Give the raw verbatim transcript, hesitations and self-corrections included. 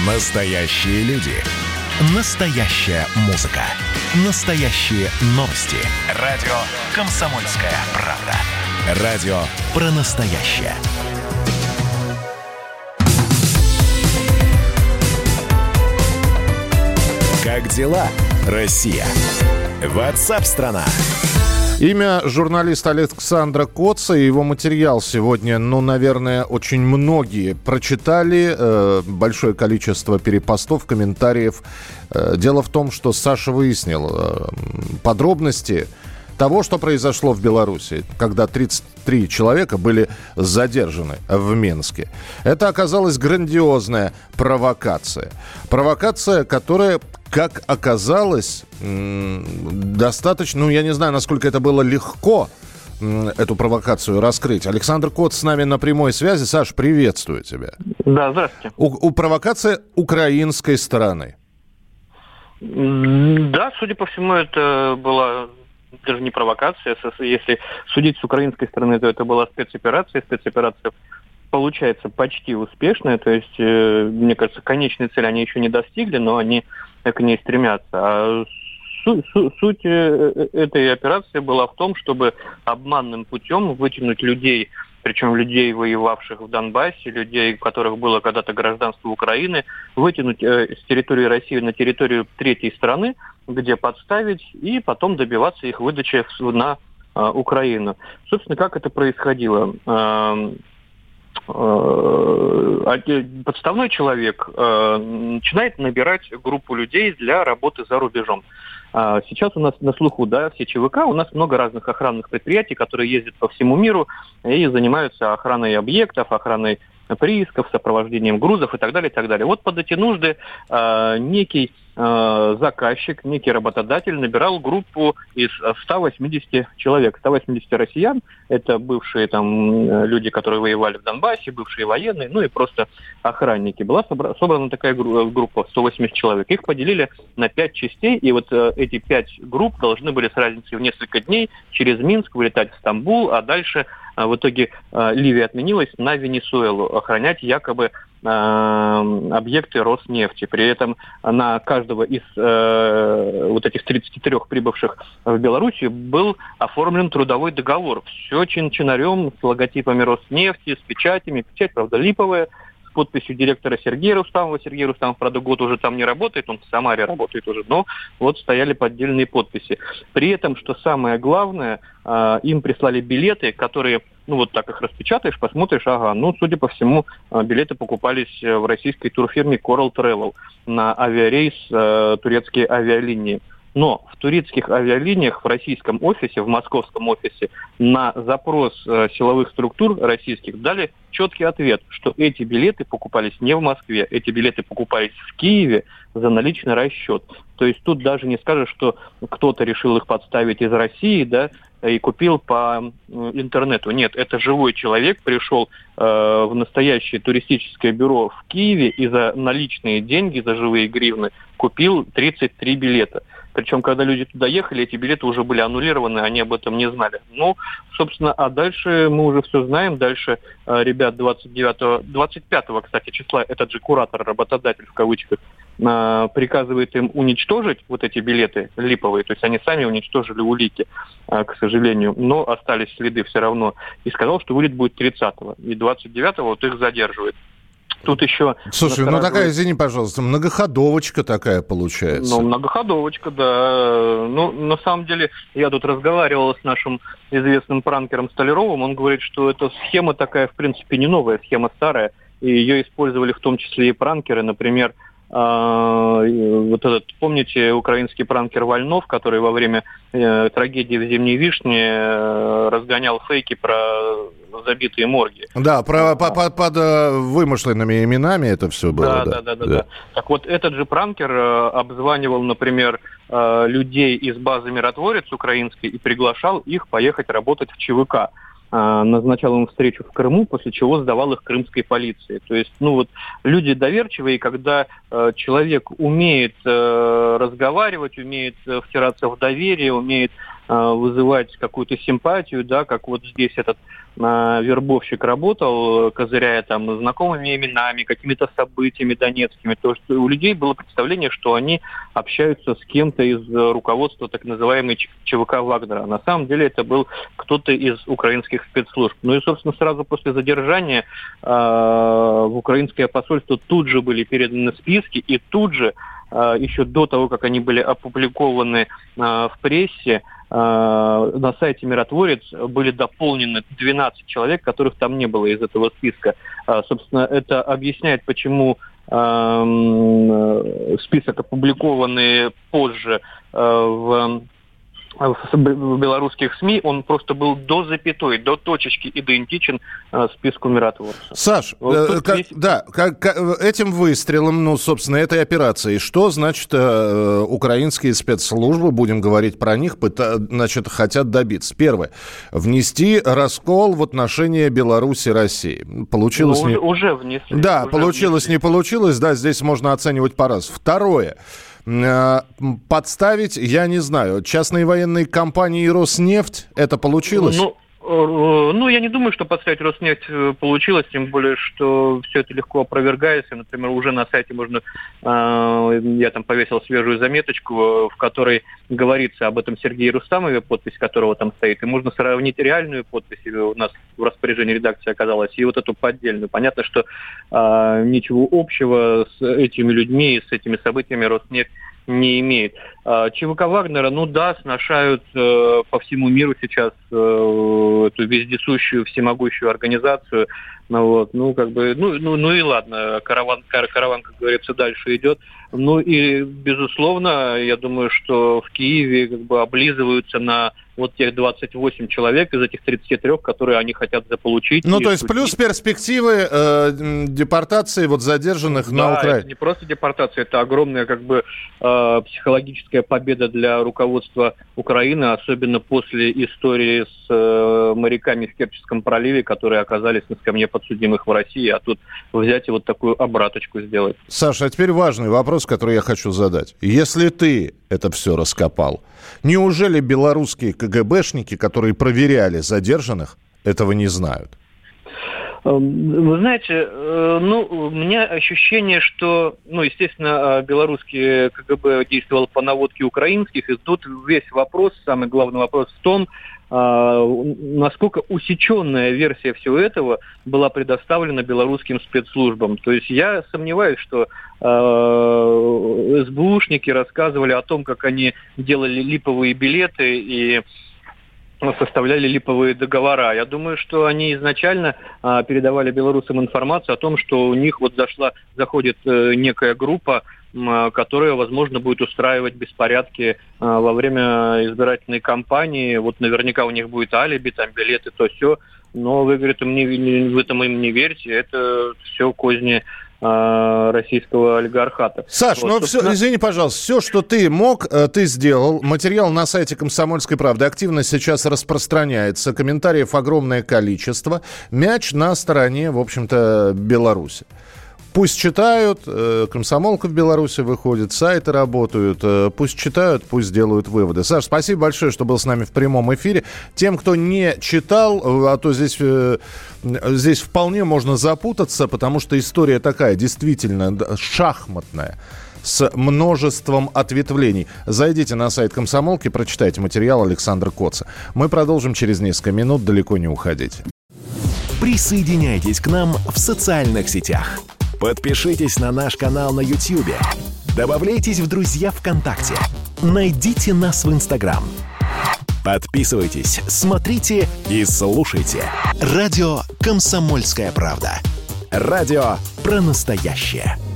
Настоящие люди. Настоящая музыка. Настоящие новости. Радио «Комсомольская правда». Радио про настоящее. Как дела, Россия? Ватсап-страна! Имя журналиста Александра Коца и его материал сегодня, ну, наверное, очень многие прочитали. Э, большое количество перепостов, комментариев. Э, дело в том, что Саша выяснил э, подробности того, что произошло в Беларуси, когда тридцать три человека были задержаны в Минске. Это оказалась грандиозная провокация. Провокация, которая, как оказалось, достаточно, ну, я не знаю, насколько это было легко, эту провокацию раскрыть. Александр Коц с нами на прямой связи. Саш, приветствую тебя. Да, здравствуйте. У, у провокация украинской стороны. Да, судя по всему, это была даже не провокация. Если судить с украинской стороны, то это была спецоперация. Спецоперация получается почти успешная. То есть, мне кажется, конечной цели они еще не достигли, но они к ней стремятся. А суть, суть этой операции была в том, чтобы обманным путем вытянуть людей, причем людей, воевавших в Донбассе, людей, у которых было когда-то гражданство Украины, вытянуть э, с территории России на территорию третьей страны, где подставить, и потом добиваться их выдачи на э, Украину. Собственно, как это происходило? Э, э, подставной человек э, начинает набирать группу людей для работы за рубежом. Сейчас у нас на слуху, да, все ЧВК, у нас много разных охранных предприятий, которые ездят по всему миру и занимаются охраной объектов, охраной приисков, сопровождением грузов и так далее, и так далее. Вот под эти нужды э, некий э, заказчик, некий работодатель набирал группу из ста восьмидесяти человек, ста восьмидесяти россиян. Это бывшие там люди, которые воевали в Донбассе, бывшие военные, ну и просто охранники. Была собра- собрана такая гру- группа, сто восемьдесят человек. Их поделили на пять частей, и вот э, эти пять групп должны были с разницей в несколько дней через Минск вылетать в Стамбул, а дальше э, в итоге э, Ливия отменилась на Венесуэлу, охранять якобы э, объекты Роснефти. При этом на каждого из э, вот этих тридцати трёх прибывших в Белоруссию был оформлен трудовой договор. Все чин-чинарем, с логотипами Роснефти, с печатями. Печать, правда, липовая, с подписью директора Сергея Рустамова. Сергей Рустамов, правда, год уже там не работает, он в Самаре работает уже, но вот стояли поддельные подписи. При этом, что самое главное, э, им прислали билеты, которые, ну вот так их распечатаешь, посмотришь, ага, ну, судя по всему, билеты покупались в российской турфирме Coral Travel на авиарейс э, турецкие авиалинии. Но в турецких авиалиниях в российском офисе, в московском офисе, на запрос э, силовых структур российских дали четкий ответ, что эти билеты покупались не в Москве, эти билеты покупались в Киеве за наличный расчет. То есть тут даже не скажешь, что кто-то решил их подставить из России, да, и купил по интернету. Нет, это живой человек пришел э, в настоящее туристическое бюро в Киеве и за наличные деньги, за живые гривны, купил тридцать три билета. Причем, когда люди туда ехали, эти билеты уже были аннулированы, они об этом не знали. Ну, собственно, а дальше мы уже все знаем. Дальше э, ребят двадцать девятого, двадцать пятого, кстати, числа, этот же куратор, работодатель в кавычках, э, приказывает им уничтожить вот эти билеты липовые. То есть они сами уничтожили улики, э, к сожалению, но остались следы все равно. И сказал, что вылет будет тридцатого. И двадцать девятого вот их задерживает. Тут еще... Слушай, настораживает... ну такая, извини, пожалуйста, многоходовочка такая получается. Ну, многоходовочка, да. Ну, на самом деле, я тут разговаривал с нашим известным пранкером Столяровым, он говорит, что эта схема такая, в принципе, не новая, схема старая, и ее использовали в том числе и пранкеры, например, вот этот, помните, украинский пранкер Вольнов, который во время э, трагедии в Зимней Вишне э, разгонял фейки про забитые морги. Да, про, по, по, под э, вымышленными именами это все было. Да, да, да, да, да, да. Так вот, этот же пранкер э, обзванивал, например, э, людей из базы «Миротворец» украинской и приглашал их поехать работать в ЧВК. Назначал им встречу в Крыму, после чего сдавал их крымской полиции. То есть, ну вот, люди доверчивые, когда э, человек умеет э, разговаривать, умеет э, втираться в доверие, умеет вызывать какую-то симпатию, да, как вот здесь этот вербовщик работал, козыряя там знакомыми именами, какими-то событиями донецкими, то что у людей было представление, что они общаются с кем-то из руководства так называемой ЧВК Вагнера. На самом деле это был кто-то из украинских спецслужб. Ну и, собственно, сразу после задержания э, в украинское посольство тут же были переданы списки, и тут же, э, еще до того, как они были опубликованы э, в прессе, на сайте «Миротворец» были дополнены двенадцать человек, которых там не было из этого списка. Собственно, это объясняет, почему список, опубликованный позже в в белорусских СМИ, он просто был до запятой, до точечки идентичен э, списку миротворцев. Саш, вот э, как, весь... да, как, как, этим выстрелом, ну, собственно, этой операцией, что, значит, э, украинские спецслужбы, будем говорить про них, пыта, значит, хотят добиться? Первое, внести раскол в отношении Беларуси и России. Получилось... Ну, не... уже, уже внесли. Да, уже получилось, внесли. не получилось, да, здесь можно оценивать по-разному. Второе. Подставить, я не знаю, частные военные компании и Роснефть, это получилось? Ну, ну, я не думаю, что подставить Роснефть получилось, тем более, что все это легко опровергается. Например, уже на сайте можно, я там повесил свежую заметочку, в которой говорится об этом Сергее Рустамове, подпись которого там стоит, и можно сравнить реальную подпись, у нас в распоряжении редакции оказалась, и вот эту поддельную. Понятно, что ничего общего с этими людьми и с этими событиями Роснефть не имеет. ЧВК Вагнера, ну да, сношают э, по всему миру сейчас э, эту вездесущую, всемогущую организацию. Ну, вот, ну, как бы, ну, ну, ну и ладно, караван, кар, караван, как говорится, дальше идет. Ну и, безусловно, я думаю, что в Киеве как бы облизываются на вот тех двадцать восемь человек из этих тридцати трёх, которые они хотят заполучить. Ну, то есть судить. Плюс перспективы э, депортации вот задержанных да, на Украине. Это не просто депортация, это огромная как бы э, психологическая победа для руководства Украины, особенно после истории с э, моряками в Керченском проливе, которые оказались на скамье подсудимых в России, а тут взять и вот такую обраточку сделать. Саша, а теперь важный вопрос, который я хочу задать. Если ты это все раскопал, неужели белорусские КГБшники, которые проверяли задержанных, этого не знают? Вы знаете, ну, у меня ощущение, что, ну, естественно, белорусские КГБ действовал по наводке украинских, и тут весь вопрос, самый главный вопрос в том, насколько усеченная версия всего этого была предоставлена белорусским спецслужбам. То есть я сомневаюсь, что э, СБУшники рассказывали о том, как они делали липовые билеты и составляли липовые договора. Я думаю, что они изначально а, передавали белорусам информацию о том, что у них вот зашла, заходит э, некая группа, м, которая, возможно, будет устраивать беспорядки а, во время избирательной кампании. Вот наверняка у них будет алиби, там билеты, то все. Но вы, говорит, им не, не, в этом им не верьте. Это все козни российского олигархата. Саш, вот, ну собственно... все, извини, пожалуйста, все, что ты мог, ты сделал. Материал на сайте «Комсомольской правды» активно сейчас распространяется. Комментариев огромное количество. Мяч на стороне, в общем-то, Беларуси. Пусть читают, комсомолка в Беларуси выходит, сайты работают, пусть читают, пусть делают выводы. Саш, спасибо большое, что был с нами в прямом эфире. Тем, кто не читал, а то здесь, здесь вполне можно запутаться, потому что история такая, действительно шахматная, с множеством ответвлений. Зайдите на сайт «Комсомолки», прочитайте материал Александра Коца. Мы продолжим через несколько минут, далеко не уходите. Присоединяйтесь к нам в социальных сетях. Подпишитесь на наш канал на YouTube. Добавляйтесь в друзья ВКонтакте. Найдите нас в Инстаграм. Подписывайтесь, смотрите и слушайте. Радио «Комсомольская правда». Радио про настоящее.